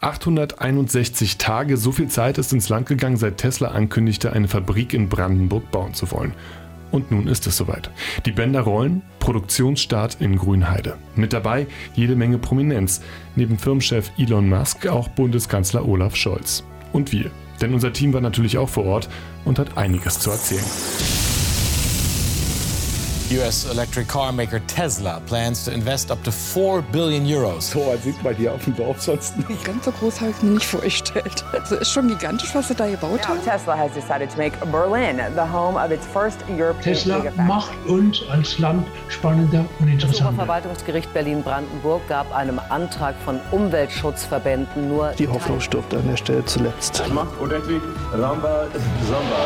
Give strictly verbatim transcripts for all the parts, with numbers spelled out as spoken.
achthunderteinundsechzig Tage, so viel Zeit ist ins Land gegangen, seit Tesla ankündigte, eine Fabrik in Brandenburg bauen zu wollen. Und nun ist es soweit. Die Bänder rollen, Produktionsstart in Grünheide. Mit dabei jede Menge Prominenz. Neben Firmenchef Elon Musk auch Bundeskanzler Olaf Scholz. Und wir. Denn unser Team war natürlich auch vor Ort und hat einiges zu erzählen. U S electric car maker Tesla plans to invest up to four billion euros. So was sieht man hier auf dem Dorf sonst nicht. Ganz so groß habe ich mir nicht vorgestellt. Also ist schon gigantisch, was sie da gebaut haben. Tesla has decided to make Berlin the home of its first European Tesla macht uns als Land spannender und interessanter. Das Oberverwaltungsgericht Berlin-Brandenburg gab einem Antrag von Umweltschutzverbänden nur... Die Hoffnung stirbt an der Stelle zuletzt. Macht unendlich Ramba Samba.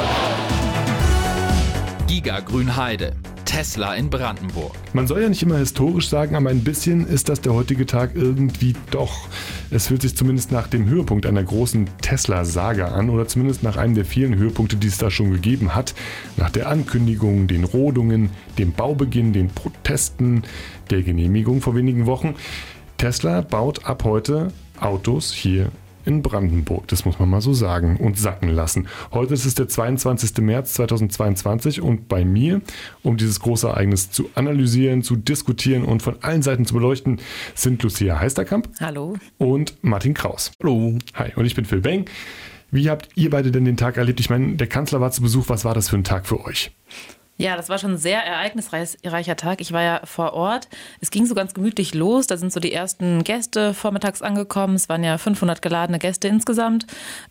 Giga Grünheide. Tesla in Brandenburg. Man soll ja nicht immer historisch sagen, aber ein bisschen ist das der heutige Tag irgendwie doch. Es fühlt sich zumindest nach dem Höhepunkt einer großen Tesla-Saga an oder zumindest nach einem der vielen Höhepunkte, die es da schon gegeben hat. Nach der Ankündigung, den Rodungen, dem Baubeginn, den Protesten, der Genehmigung vor wenigen Wochen. Tesla baut ab heute Autos hier in Brandenburg, das muss man mal so sagen und sacken lassen. Heute ist es der zweiundzwanzigster März zweitausendzweiundzwanzig und bei mir, um dieses große Ereignis zu analysieren, zu diskutieren und von allen Seiten zu beleuchten, sind Lucia Heisterkamp. Hallo. Und Martin Kraus. Hallo. Hi, und ich bin Phil Beng. Wie habt ihr beide denn den Tag erlebt? Ich meine, der Kanzler war zu Besuch. Was war das für ein Tag für euch? Ja, das war schon ein sehr ereignisreicher Tag. Ich war ja vor Ort. Es ging so ganz gemütlich los. Da sind so die ersten Gäste vormittags angekommen. Es waren ja fünfhundert geladene Gäste insgesamt.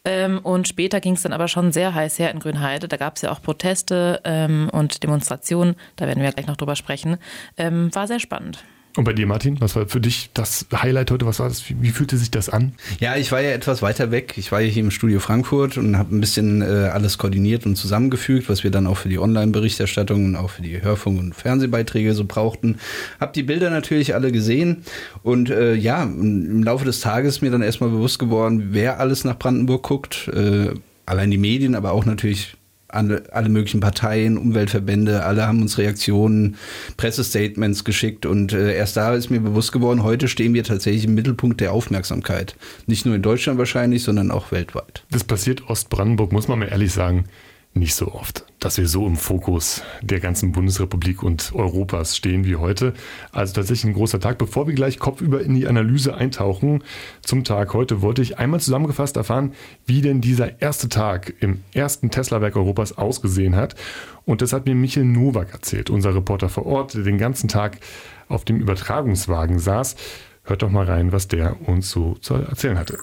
Und später ging es dann aber schon sehr heiß her in Grünheide. Da gab es ja auch Proteste und Demonstrationen. Da werden wir gleich noch drüber sprechen. War sehr spannend. Und bei dir, Martin, was war für dich das Highlight heute? Was war das? Wie, wie fühlte sich das an? Ja, ich war ja etwas weiter weg. Ich war ja hier im Studio Frankfurt und habe ein bisschen äh, alles koordiniert und zusammengefügt, was wir dann auch für die Online-Berichterstattung und auch für die Hörfunk- und Fernsehbeiträge so brauchten. Hab die Bilder natürlich alle gesehen und äh, ja, im Laufe des Tages ist mir dann erstmal bewusst geworden, wer alles nach Brandenburg guckt. Äh, allein die Medien, aber auch natürlich Alle, alle möglichen Parteien, Umweltverbände, alle haben uns Reaktionen, Pressestatements geschickt und äh, erst da ist mir bewusst geworden, heute stehen wir tatsächlich im Mittelpunkt der Aufmerksamkeit. Nicht nur in Deutschland wahrscheinlich, sondern auch weltweit. Das passiert Ostbrandenburg, muss man mal ehrlich sagen, nicht so oft, dass wir so im Fokus der ganzen Bundesrepublik und Europas stehen wie heute. Also tatsächlich ein großer Tag. Bevor wir gleich kopfüber in die Analyse eintauchen zum Tag heute, wollte ich einmal zusammengefasst erfahren, wie denn dieser erste Tag im ersten Tesla-Werk Europas ausgesehen hat. Und das hat mir Michael Nowak erzählt, unser Reporter vor Ort, der den ganzen Tag auf dem Übertragungswagen saß. Hört doch mal rein, was der uns so zu erzählen hatte.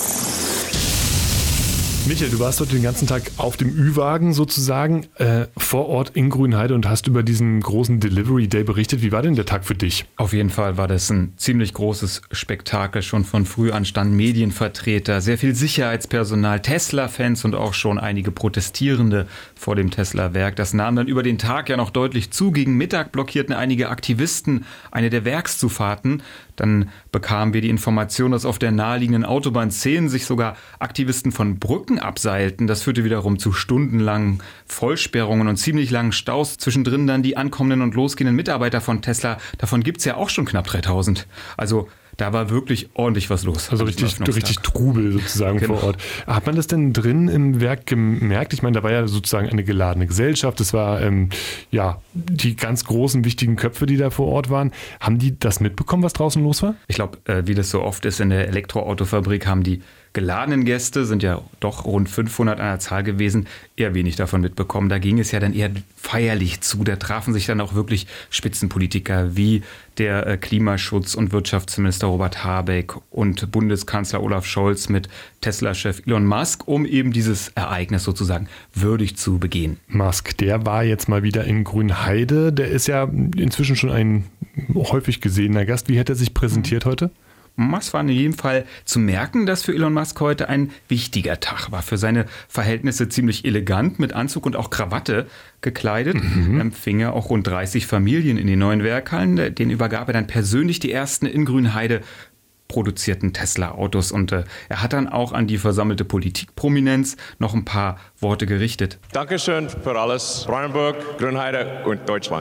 Michael, du warst heute den ganzen Tag auf dem Ü-Wagen sozusagen äh, vor Ort in Grünheide und hast über diesen großen Delivery Day berichtet. Wie war denn der Tag für dich? Auf jeden Fall war das ein ziemlich großes Spektakel. Schon von früh an standen Medienvertreter, sehr viel Sicherheitspersonal, Tesla-Fans und auch schon einige Protestierende vor dem Tesla-Werk. Das nahm dann über den Tag ja noch deutlich zu. Gegen Mittag blockierten einige Aktivisten eine der Werkszufahrten. Dann bekamen wir die Information, dass auf der naheliegenden Autobahn zehn sich sogar Aktivisten von Brücken abseilten. Das führte wiederum zu stundenlangen Vollsperrungen und ziemlich langen Staus. Zwischendrin dann die ankommenden und losgehenden Mitarbeiter von Tesla. Davon gibt's ja auch schon knapp dreitausend. Also da war wirklich ordentlich was los. Also richtig, richtig Trubel sozusagen genau. Vor Ort. Hat man das denn drin im Werk gemerkt? Ich meine, da war ja sozusagen eine geladene Gesellschaft. Das war ähm, ja die ganz großen, wichtigen Köpfe, die da vor Ort waren. Haben die das mitbekommen, was draußen los war? Ich glaube, äh, wie das so oft ist in der Elektroautofabrik, haben die geladenen Gäste, sind ja doch rund fünfhundert an der Zahl gewesen, eher wenig davon mitbekommen. Da ging es ja dann eher feierlich zu. Da trafen sich dann auch wirklich Spitzenpolitiker wie der äh, Klimaschutz- und Wirtschaftsminister Robert Habeck und Bundeskanzler Olaf Scholz mit Tesla-Chef Elon Musk, um eben dieses Ereignis sozusagen würdig zu begehen. Musk, der war jetzt mal wieder in Grünheide. Der ist ja inzwischen schon ein häufig gesehener Gast. Wie hat er sich präsentiert mhm. heute? Es war in jedem Fall zu merken, dass für Elon Musk heute ein wichtiger Tag war. Für seine Verhältnisse ziemlich elegant mit Anzug und auch Krawatte gekleidet. Mhm. Empfing er auch rund dreißig Familien in den neuen Werkhallen. Den übergab er dann persönlich die ersten in Grünheide produzierten Tesla-Autos. Und äh, er hat dann auch an die versammelte Politikprominenz noch ein paar Worte gerichtet. Dankeschön für alles, Brandenburg, Grünheide und Deutschland.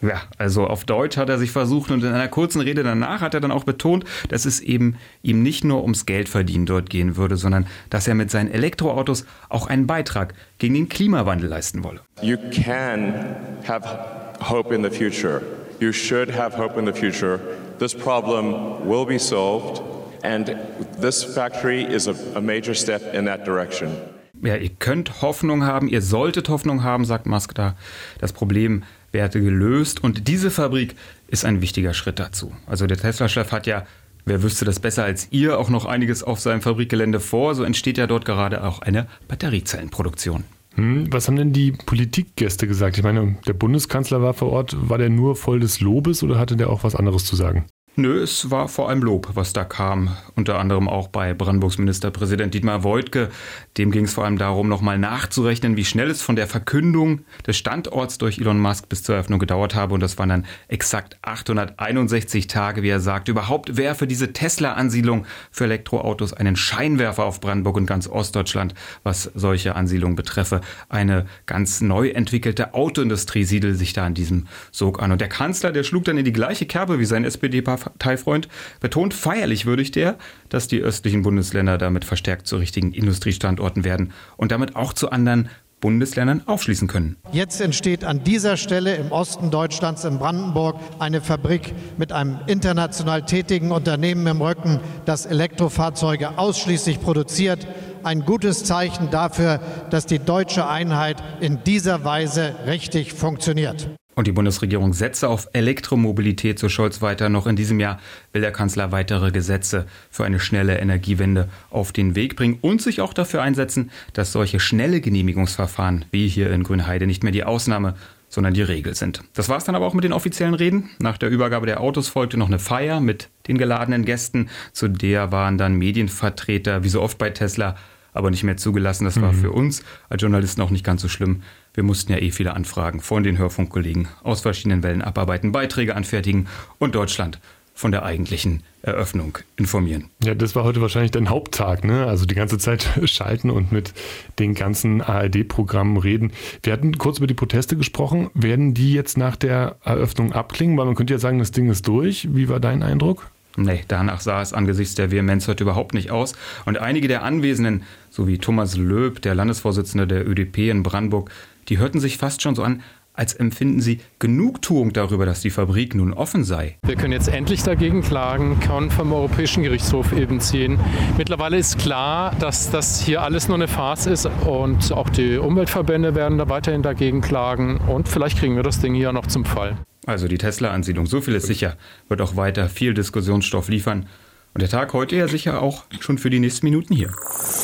Ja, also auf Deutsch hat er sich versucht und in einer kurzen Rede danach hat er dann auch betont, dass es eben ihm nicht nur ums Geldverdienen dort gehen würde, sondern dass er mit seinen Elektroautos auch einen Beitrag gegen den Klimawandel leisten wolle. You can have hope in the future. You should have hope in the future. This problem will be solved and this factory is a, a major step in that direction. Ja, ihr könnt Hoffnung haben, ihr solltet Hoffnung haben, sagt Musk da. Das Problem werde gelöst und diese Fabrik ist ein wichtiger Schritt dazu. Also der Tesla-Chef hat ja, wer wüsste das besser als ihr, auch noch einiges auf seinem Fabrikgelände vor. So entsteht ja dort gerade auch eine Batteriezellenproduktion. Hm, was haben denn die Politikgäste gesagt? Ich meine, der Bundeskanzler war vor Ort. War der nur voll des Lobes oder hatte der auch was anderes zu sagen? Nö, es war vor allem Lob, was da kam. Unter anderem auch bei Brandenburgs Ministerpräsident Dietmar Woidke. Dem ging es vor allem darum, nochmal nachzurechnen, wie schnell es von der Verkündung des Standorts durch Elon Musk bis zur Eröffnung gedauert habe. Und das waren dann exakt achthunderteinundsechzig Tage, wie er sagt. Überhaupt werfe diese Tesla-Ansiedlung für Elektroautos einen Scheinwerfer auf Brandenburg und ganz Ostdeutschland, was solche Ansiedlungen betreffe. Eine ganz neu entwickelte Autoindustrie siedelt sich da an diesem Sog an. Und der Kanzler, der schlug dann in die gleiche Kerbe wie sein S P D-Partner Parteifreund, betont feierlich würdigt er, dass die östlichen Bundesländer damit verstärkt zu richtigen Industriestandorten werden und damit auch zu anderen Bundesländern aufschließen können. Jetzt entsteht an dieser Stelle im Osten Deutschlands in Brandenburg eine Fabrik mit einem international tätigen Unternehmen im Rücken, das Elektrofahrzeuge ausschließlich produziert. Ein gutes Zeichen dafür, dass die deutsche Einheit in dieser Weise richtig funktioniert. Und die Bundesregierung setze auf Elektromobilität, so Scholz weiter. Noch in diesem Jahr will der Kanzler weitere Gesetze für eine schnelle Energiewende auf den Weg bringen und sich auch dafür einsetzen, dass solche schnelle Genehmigungsverfahren wie hier in Grünheide nicht mehr die Ausnahme, sondern die Regel sind. Das war es dann aber auch mit den offiziellen Reden. Nach der Übergabe der Autos folgte noch eine Feier mit den geladenen Gästen. Zu der waren dann Medienvertreter, wie so oft bei Tesla, aber nicht mehr zugelassen. Das war mhm. für uns als Journalisten auch nicht ganz so schlimm. Wir mussten ja eh viele Anfragen von den Hörfunkkollegen aus verschiedenen Wellen abarbeiten, Beiträge anfertigen und Deutschland von der eigentlichen Eröffnung informieren. Ja, das war heute wahrscheinlich dein Haupttag, ne? Also die ganze Zeit schalten und mit den ganzen A R D-Programmen reden. Wir hatten kurz über die Proteste gesprochen. Werden die jetzt nach der Eröffnung abklingen? Weil man könnte ja sagen, das Ding ist durch. Wie war dein Eindruck? Nee, danach sah es angesichts der Vehemenz heute überhaupt nicht aus. Und einige der Anwesenden, so wie Thomas Löb, der Landesvorsitzende der Ö D P in Brandenburg, die hörten sich fast schon so an, als empfinden sie Genugtuung darüber, dass die Fabrik nun offen sei. Wir können jetzt endlich dagegen klagen, können vom Europäischen Gerichtshof eben ziehen. Mittlerweile ist klar, dass das hier alles nur eine Farce ist und auch die Umweltverbände werden da weiterhin dagegen klagen und vielleicht kriegen wir das Ding hier noch zum Fall. Also die Tesla-Ansiedlung, so viel ist sicher, wird auch weiter viel Diskussionsstoff liefern. Und der Tag heute ja sicher auch schon für die nächsten Minuten hier.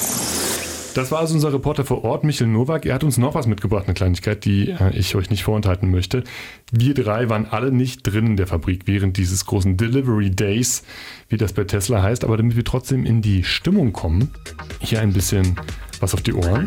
Das war also unser Reporter vor Ort, Michel Nowak. Er hat uns noch was mitgebracht, eine Kleinigkeit, die äh, ich euch nicht vorenthalten möchte. Wir drei waren alle nicht drin in der Fabrik während dieses großen Delivery Days, wie das bei Tesla heißt. Aber damit wir trotzdem in die Stimmung kommen, hier ein bisschen was auf die Ohren.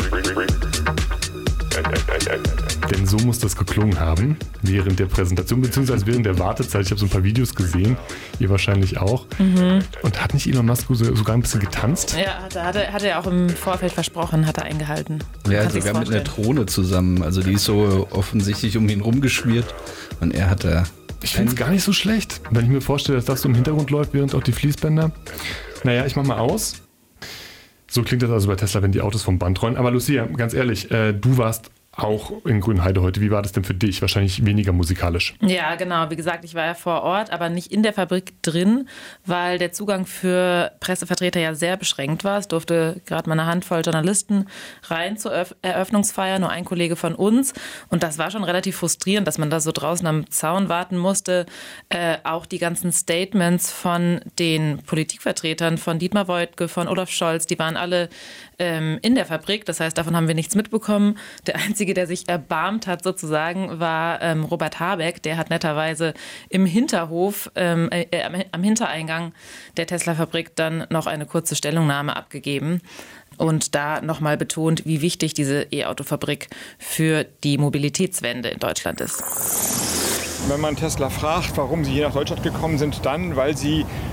Denn so muss das geklungen haben während der Präsentation, beziehungsweise während der Wartezeit. Ich habe so ein paar Videos gesehen, ihr wahrscheinlich auch. Mhm. Und hat nicht Elon Musk sogar ein bisschen getanzt? Ja, da hat er, hat er auch im Vorfeld versprochen, hat er eingehalten. Ja, sogar mit einer Drohne zusammen. Also die ist so offensichtlich um ihn rumgeschwirrt und er hat da... Ich finde es gar nicht so schlecht, wenn ich mir vorstelle, dass das so im Hintergrund läuft, während auch die Fließbänder... Naja, ich mach mal aus. So klingt das also bei Tesla, wenn die Autos vom Band rollen. Aber Lucia, ganz ehrlich, äh, du warst auch in Grünheide heute. Wie war das denn für dich? Wahrscheinlich weniger musikalisch. Ja, genau. Wie gesagt, ich war ja vor Ort, aber nicht in der Fabrik drin, weil der Zugang für Pressevertreter ja sehr beschränkt war. Es durfte gerade mal eine Handvoll Journalisten rein zur Eröff- Eröffnungsfeier, nur ein Kollege von uns. Und das war schon relativ frustrierend, dass man da so draußen am Zaun warten musste. Äh, auch die ganzen Statements von den Politikvertretern, von Dietmar Woidke, von Olaf Scholz, die waren alle ähm, in der Fabrik. Das heißt, davon haben wir nichts mitbekommen. Der einzige der sich erbarmt hat sozusagen, war ähm, Robert Habeck. Der hat netterweise im Hinterhof, ähm, äh, am, am Hintereingang der Tesla-Fabrik dann noch eine kurze Stellungnahme abgegeben und da nochmal betont, wie wichtig diese E-Auto-Fabrik für die Mobilitätswende in Deutschland ist. Wenn man Tesla fragt, warum sie hier nach Deutschland gekommen sind, dann, weil sie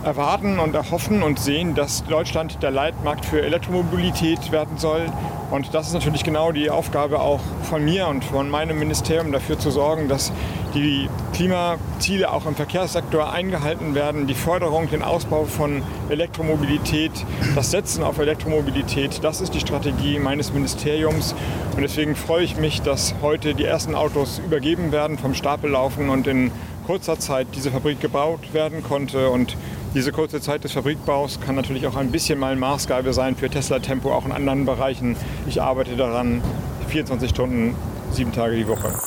erwarten und erhoffen und sehen, dass Deutschland der Leitmarkt für Elektromobilität werden soll. Und das ist natürlich genau die Aufgabe auch von mir und von meinem Ministerium, dafür zu sorgen, dass die Klimaziele auch im Verkehrssektor eingehalten werden. Die Förderung, den Ausbau von Elektromobilität, das Setzen auf Elektromobilität, das ist die Strategie meines Ministeriums. Und deswegen freue ich mich, dass heute die ersten Autos übergeben werden, vom Stapel laufen und in kurzer Zeit diese Fabrik gebaut werden konnte. Und diese kurze Zeit des Fabrikbaus kann natürlich auch ein bisschen mal Maßgabe sein für Tesla Tempo, auch in anderen Bereichen. Ich arbeite daran vierundzwanzig Stunden, sieben Tage die Woche.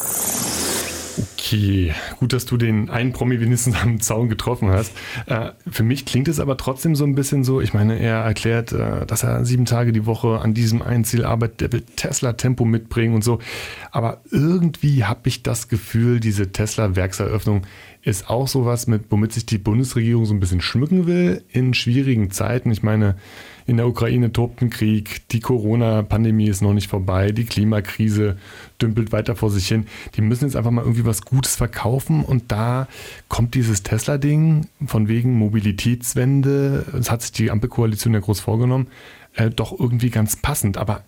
Okay, gut, dass du den einen Promi wenigstens am Zaun getroffen hast. Äh, für mich klingt es aber trotzdem so ein bisschen so, ich meine, er erklärt, äh, dass er sieben Tage die Woche an diesem einen Ziel arbeitet, der will Tesla-Tempo mitbringen und so. Aber irgendwie habe ich das Gefühl, diese Tesla-Werkseröffnung ist auch sowas, mit, womit sich die Bundesregierung so ein bisschen schmücken will in schwierigen Zeiten. Ich meine, in der Ukraine tobt ein Krieg, die Corona-Pandemie ist noch nicht vorbei, die Klimakrise dümpelt weiter vor sich hin. Die müssen jetzt einfach mal irgendwie was Gutes verkaufen und da kommt dieses Tesla-Ding von wegen Mobilitätswende, das hat sich die Ampelkoalition ja groß vorgenommen, äh, doch irgendwie ganz passend. Aber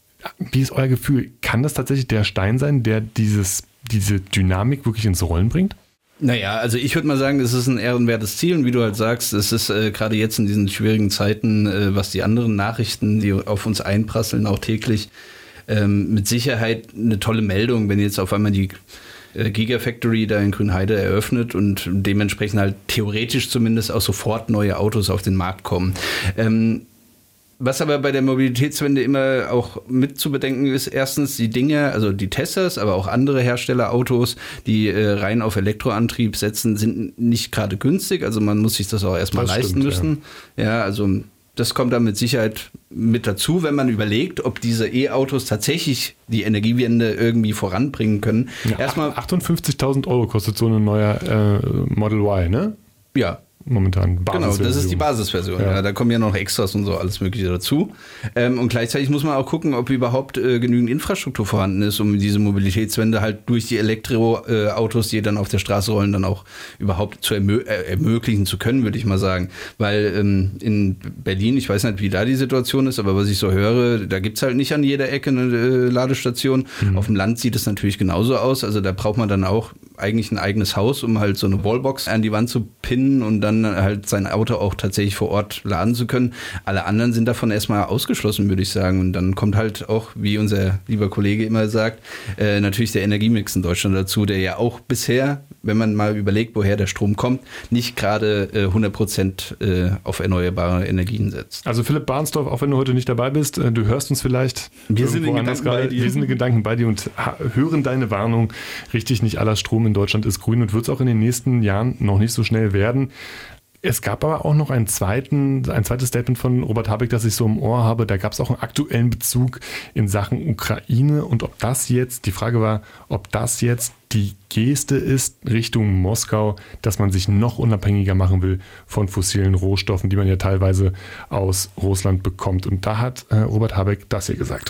wie ist euer Gefühl? Kann das tatsächlich der Stein sein, der dieses, diese Dynamik wirklich ins Rollen bringt? Naja, also ich würde mal sagen, es ist ein ehrenwertes Ziel und wie du halt sagst, es ist äh, gerade jetzt in diesen schwierigen Zeiten, äh, was die anderen Nachrichten, die auf uns einprasseln, auch täglich, ähm, mit Sicherheit eine tolle Meldung, wenn jetzt auf einmal die äh, Gigafactory da in Grünheide eröffnet und dementsprechend halt theoretisch zumindest auch sofort neue Autos auf den Markt kommen. Ähm, Was aber bei der Mobilitätswende immer auch mit zu bedenken ist, erstens die Dinge, also die Teslas, aber auch andere Herstellerautos, die äh, rein auf Elektroantrieb setzen, sind nicht gerade günstig. Also man muss sich das auch erstmal das leisten stimmt, müssen. Ja. ja, also das kommt dann mit Sicherheit mit dazu, wenn man überlegt, ob diese E-Autos tatsächlich die Energiewende irgendwie voranbringen können. Ja, erstmal achtundfünfzigtausend Euro kostet so ein neuer äh, Model Y, ne? Ja. Momentan Basisversion. Genau, das ist die Basisversion. Ja. Ja, da kommen ja noch Extras und so alles Mögliche dazu. Ähm, und gleichzeitig muss man auch gucken, ob überhaupt äh, genügend Infrastruktur vorhanden ist, um diese Mobilitätswende halt durch die Elektroautos, die dann auf der Straße rollen, dann auch überhaupt zu ermö- äh, ermöglichen zu können, würde ich mal sagen. Weil ähm, in Berlin, ich weiß nicht, wie da die Situation ist, aber was ich so höre, da gibt's halt nicht an jeder Ecke eine äh, Ladestation. Mhm. Auf dem Land sieht es natürlich genauso aus. Also da braucht man dann auch eigentlich ein eigenes Haus, um halt so eine Wallbox an die Wand zu pinnen und dann halt sein Auto auch tatsächlich vor Ort laden zu können. Alle anderen sind davon erstmal ausgeschlossen, würde ich sagen. Und dann kommt halt auch, wie unser lieber Kollege immer sagt, äh, natürlich der Energiemix in Deutschland dazu, der ja auch bisher, wenn man mal überlegt, woher der Strom kommt, nicht gerade äh, hundert Prozent äh, auf erneuerbare Energien setzt. Also Philipp Barnsdorf, auch wenn du heute nicht dabei bist, äh, du hörst uns vielleicht. Wir sind in Gedanken bei dir. Wir sind in Gedanken bei dir und ha- hören deine Warnung. Richtig, nicht aller Strom in Deutschland ist grün und wird es auch in den nächsten Jahren noch nicht so schnell werden. Es gab aber auch noch einen zweiten, ein zweites Statement von Robert Habeck, das ich so im Ohr habe. Da gab es auch einen aktuellen Bezug in Sachen Ukraine. Und ob das jetzt, die Frage war, ob das jetzt die Geste ist Richtung Moskau, dass man sich noch unabhängiger machen will von fossilen Rohstoffen, die man ja teilweise aus Russland bekommt. Und da hat äh, Robert Habeck das hier gesagt.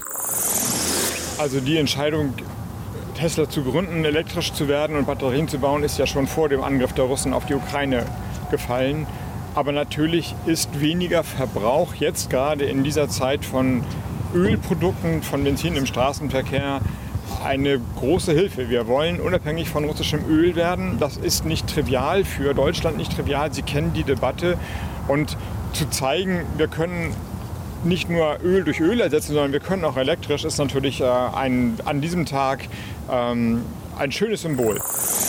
Also die Entscheidung, Tesla zu gründen, elektrisch zu werden und Batterien zu bauen, ist ja schon vor dem Angriff der Russen auf die Ukraine gefallen. Aber natürlich ist weniger Verbrauch jetzt gerade in dieser Zeit von Ölprodukten, von Benzin im Straßenverkehr eine große Hilfe. Wir wollen unabhängig von russischem Öl werden. Das ist nicht trivial, für Deutschland nicht trivial. Sie kennen die Debatte. Und zu zeigen, wir können nicht nur Öl durch Öl ersetzen, sondern wir können auch elektrisch, ist natürlich äh, ein, an diesem Tag ähm, ein schönes Symbol.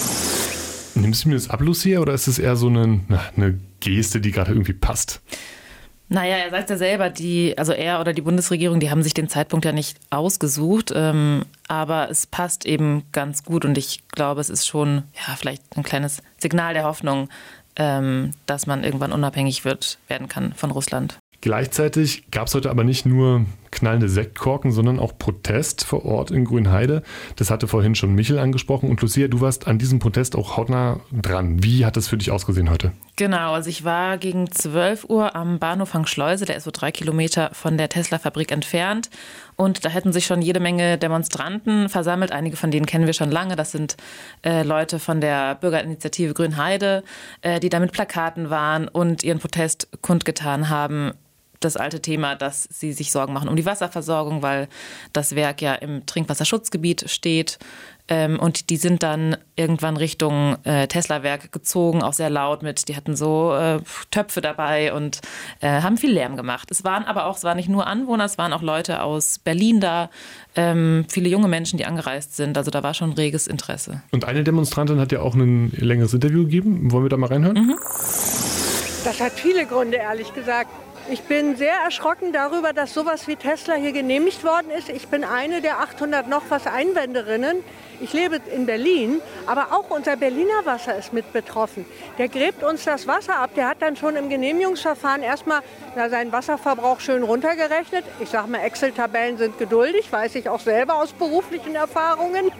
Nimmst du mir das ab, Lucia, oder ist es eher so eine, eine Geste, die gerade irgendwie passt? Naja, er sagt ja selber, die, also er oder die Bundesregierung, die haben sich den Zeitpunkt ja nicht ausgesucht, ähm, aber es passt eben ganz gut und ich glaube, es ist schon ja vielleicht ein kleines Signal der Hoffnung, ähm, dass man irgendwann unabhängig wird, werden kann von Russland. Gleichzeitig gab es heute aber nicht nur knallende Sektkorken, sondern auch Protest vor Ort in Grünheide. Das hatte vorhin schon Michel angesprochen. Und Lucia, du warst an diesem Protest auch hautnah dran. Wie hat das für dich ausgesehen heute? Genau, also ich war gegen zwölf Uhr am Bahnhof Hangschleuse, der ist so drei Kilometer von der Tesla-Fabrik entfernt. Und da hätten sich schon jede Menge Demonstranten versammelt. Einige von denen kennen wir schon lange. Das sind äh, Leute von der Bürgerinitiative Grünheide, äh, die da mit Plakaten waren und ihren Protest kundgetan haben. Das alte Thema, dass sie sich Sorgen machen um die Wasserversorgung, weil das Werk ja im Trinkwasserschutzgebiet steht. Ähm, und die sind dann irgendwann Richtung äh, Tesla-Werk gezogen, auch sehr laut mit, die hatten so äh, Töpfe dabei und äh, haben viel Lärm gemacht. Es waren aber auch, es waren nicht nur Anwohner, es waren auch Leute aus Berlin da, ähm, viele junge Menschen, die angereist sind. Also da war schon reges Interesse. Und eine Demonstrantin hat ja auch ein längeres Interview gegeben. Wollen wir da mal reinhören? Mhm. Das hat viele Gründe, ehrlich gesagt. Ich bin sehr erschrocken darüber, dass sowas wie Tesla hier genehmigt worden ist. Ich bin eine der achthundert noch was Einwenderinnen. Ich lebe in Berlin, aber auch unser Berliner Wasser ist mit betroffen. Der gräbt uns das Wasser ab. Der hat dann schon im Genehmigungsverfahren erstmal na, seinen Wasserverbrauch schön runtergerechnet. Ich sage mal, Excel-Tabellen sind geduldig, weiß ich auch selber aus beruflichen Erfahrungen.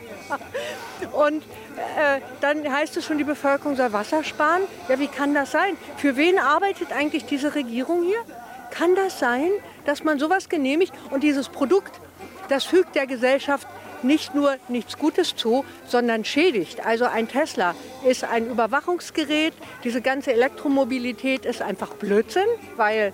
Und äh, dann heißt es schon, die Bevölkerung soll Wasser sparen. Ja, wie kann das sein? Für wen arbeitet eigentlich diese Regierung hier? Kann das sein, dass man sowas genehmigt und dieses Produkt, das fügt der Gesellschaft nicht nur nichts Gutes zu, sondern schädigt. Also ein Tesla ist ein Überwachungsgerät. Diese ganze Elektromobilität ist einfach Blödsinn, weil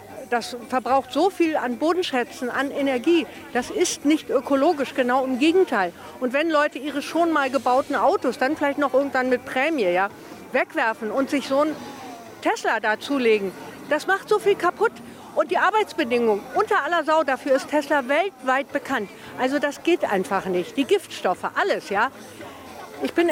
das verbraucht so viel an Bodenschätzen, an Energie. Das ist nicht ökologisch, genau im Gegenteil. Und wenn Leute ihre schon mal gebauten Autos dann vielleicht noch irgendwann mit Prämie ja, wegwerfen und sich so ein Tesla dazulegen, das macht so viel kaputt. Und die Arbeitsbedingungen unter aller Sau, dafür ist Tesla weltweit bekannt. Also das geht einfach nicht. Die Giftstoffe, alles, ja. Ich bin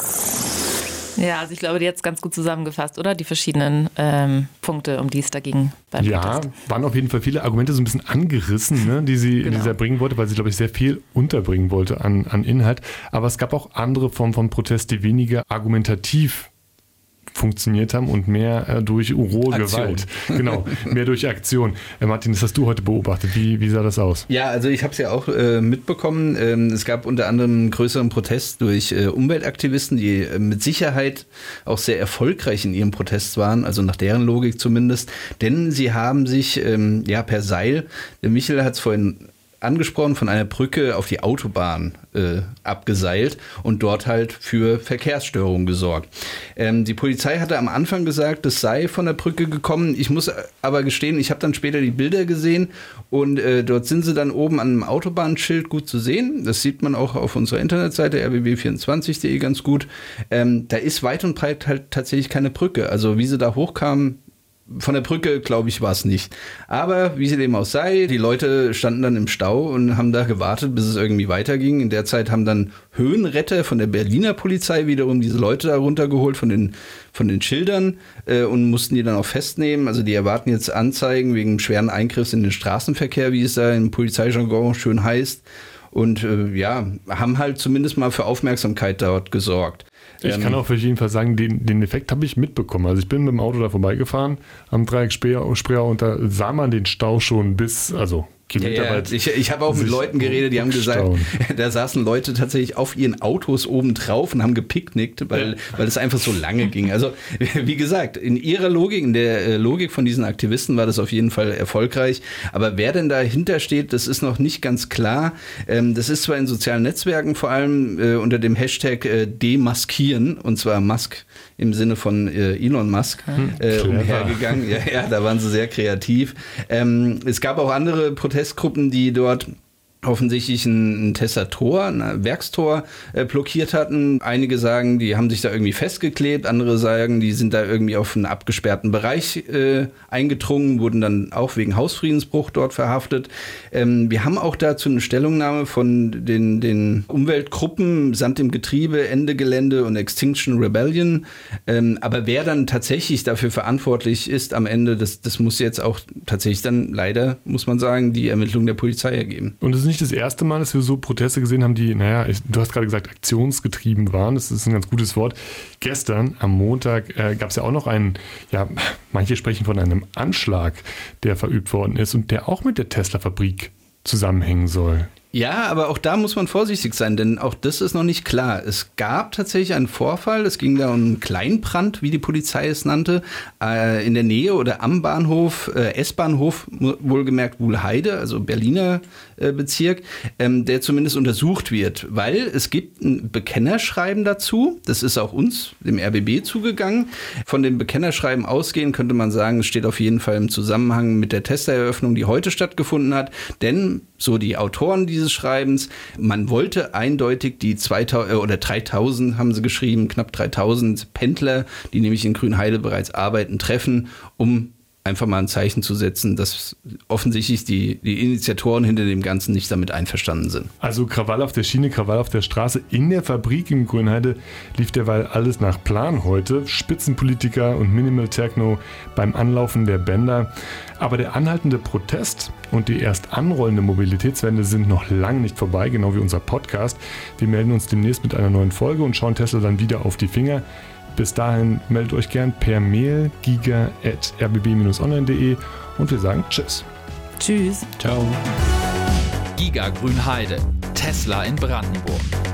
entsetzt. Ja, also ich glaube, die hat es ganz gut zusammengefasst, oder? Die verschiedenen ähm, Punkte, um die es da ging beim Ja, Protest. waren auf jeden Fall viele Argumente so ein bisschen angerissen, ne, die sie, Genau. die sie bringen wollte, weil sie, glaube ich, sehr viel unterbringen wollte an, an Inhalt. Aber es gab auch andere Formen von Protest, die weniger argumentativ funktioniert haben und mehr äh, durch rohe Aktion. Gewalt. Genau, mehr durch Aktion. Äh, Martin, das hast du heute beobachtet. Wie, wie sah das aus? Ja, also ich habe es ja auch äh, mitbekommen. Ähm, es gab unter anderem einen größeren Protest durch äh, Umweltaktivisten, die äh, mit Sicherheit auch sehr erfolgreich in ihrem Protest waren, also nach deren Logik zumindest. Denn sie haben sich ähm, ja per Seil, der Michael hat es vorhin angesprochen, von einer Brücke auf die Autobahn äh, abgeseilt und dort halt für Verkehrsstörungen gesorgt. Ähm, die Polizei hatte am Anfang gesagt, das sei von der Brücke gekommen. Ich muss aber gestehen, ich habe dann später die Bilder gesehen und äh, dort sind sie dann oben an einem Autobahnschild gut zu sehen. Das sieht man auch auf unserer Internetseite r b b vierundzwanzig punkt d e ganz gut. Ähm, da ist weit und breit halt tatsächlich keine Brücke. Also wie sie da hochkamen, von der Brücke, glaube ich, war es nicht. Aber wie es dem auch sei, die Leute standen dann im Stau und haben da gewartet, bis es irgendwie weiterging. In der Zeit haben dann Höhenretter von der Berliner Polizei wiederum diese Leute da runtergeholt von den, von den Schildern äh, und mussten die dann auch festnehmen. Also die erwarten jetzt Anzeigen wegen schweren Eingriffs in den Straßenverkehr, wie es da im Polizeijargon schön heißt. Und äh, ja, haben halt zumindest mal für Aufmerksamkeit dort gesorgt. Ich kann auch für jeden Fall sagen, den, den Effekt habe ich mitbekommen. Also ich bin mit dem Auto da vorbeigefahren am Dreieck Spreer und da sah man den Stau schon bis, also Kilometer ja, ja. weit. Ich, ich habe auch mit Leuten geredet, die haben gesagt, da saßen Leute tatsächlich auf ihren Autos oben drauf und haben gepicknickt, weil, ja. weil es einfach so lange ging. Also wie gesagt, in ihrer Logik, in der Logik von diesen Aktivisten war das auf jeden Fall erfolgreich. Aber wer denn dahinter steht, das ist noch nicht ganz klar. Das ist zwar in sozialen Netzwerken vor allem unter dem Hashtag demaskieren, und zwar Musk im Sinne von Elon Musk äh, umhergegangen. Ja, ja, da waren sie sehr kreativ. Ähm, es gab auch andere Protestgruppen, die dort offensichtlich ein, ein Tesla-Tor, ein Werkstor äh, blockiert hatten. Einige sagen, die haben sich da irgendwie festgeklebt, andere sagen, die sind da irgendwie auf einen abgesperrten Bereich äh, eingedrungen, wurden dann auch wegen Hausfriedensbruch dort verhaftet. Ähm, wir haben auch dazu eine Stellungnahme von den, den Umweltgruppen Sand im Getriebe, Ende Gelände und Extinction Rebellion. Ähm, aber wer dann tatsächlich dafür verantwortlich ist am Ende, das, das muss jetzt auch tatsächlich dann leider, muss man sagen, die Ermittlung der Polizei ergeben. Und es ist nicht das erste Mal, dass wir so Proteste gesehen haben, die, naja, ich, du hast gerade gesagt, aktionsgetrieben waren. Das ist ein ganz gutes Wort. Gestern, am Montag, äh, gab es ja auch noch einen, ja, manche sprechen von einem Anschlag, der verübt worden ist und der auch mit der Tesla-Fabrik zusammenhängen soll. Ja, aber auch da muss man vorsichtig sein, denn auch das ist noch nicht klar. Es gab tatsächlich einen Vorfall, es ging da um einen Kleinbrand, wie die Polizei es nannte, äh, in der Nähe oder am Bahnhof, äh, S-Bahnhof, wohlgemerkt Wuhlheide, also Berliner äh, Bezirk, ähm, der zumindest untersucht wird, weil es gibt ein Bekennerschreiben dazu, das ist auch uns, dem R B B, zugegangen. Von dem Bekennerschreiben ausgehend könnte man sagen, es steht auf jeden Fall im Zusammenhang mit der Tesla-Eröffnung, die heute stattgefunden hat, denn so die Autoren dieses Schreibens, man wollte eindeutig die zweitausend oder dreitausend, haben sie geschrieben, knapp dreitausend Pendler, die nämlich in Grünheide bereits arbeiten, treffen, um einfach mal ein Zeichen zu setzen, dass offensichtlich die, die Initiatoren hinter dem Ganzen nicht damit einverstanden sind. Also Krawall auf der Schiene, Krawall auf der Straße. In der Fabrik in Grünheide lief derweil alles nach Plan heute. Spitzenpolitiker und Minimal Techno beim Anlaufen der Bänder. Aber der anhaltende Protest und die erst anrollende Mobilitätswende sind noch lange nicht vorbei, genau wie unser Podcast. Wir melden uns demnächst mit einer neuen Folge und schauen Tesla dann wieder auf die Finger. Bis dahin meldet euch gern per Mail giga at r b b dash online punkt d e und wir sagen Tschüss. Tschüss. Ciao. Giga Grünheide. Tesla in Brandenburg.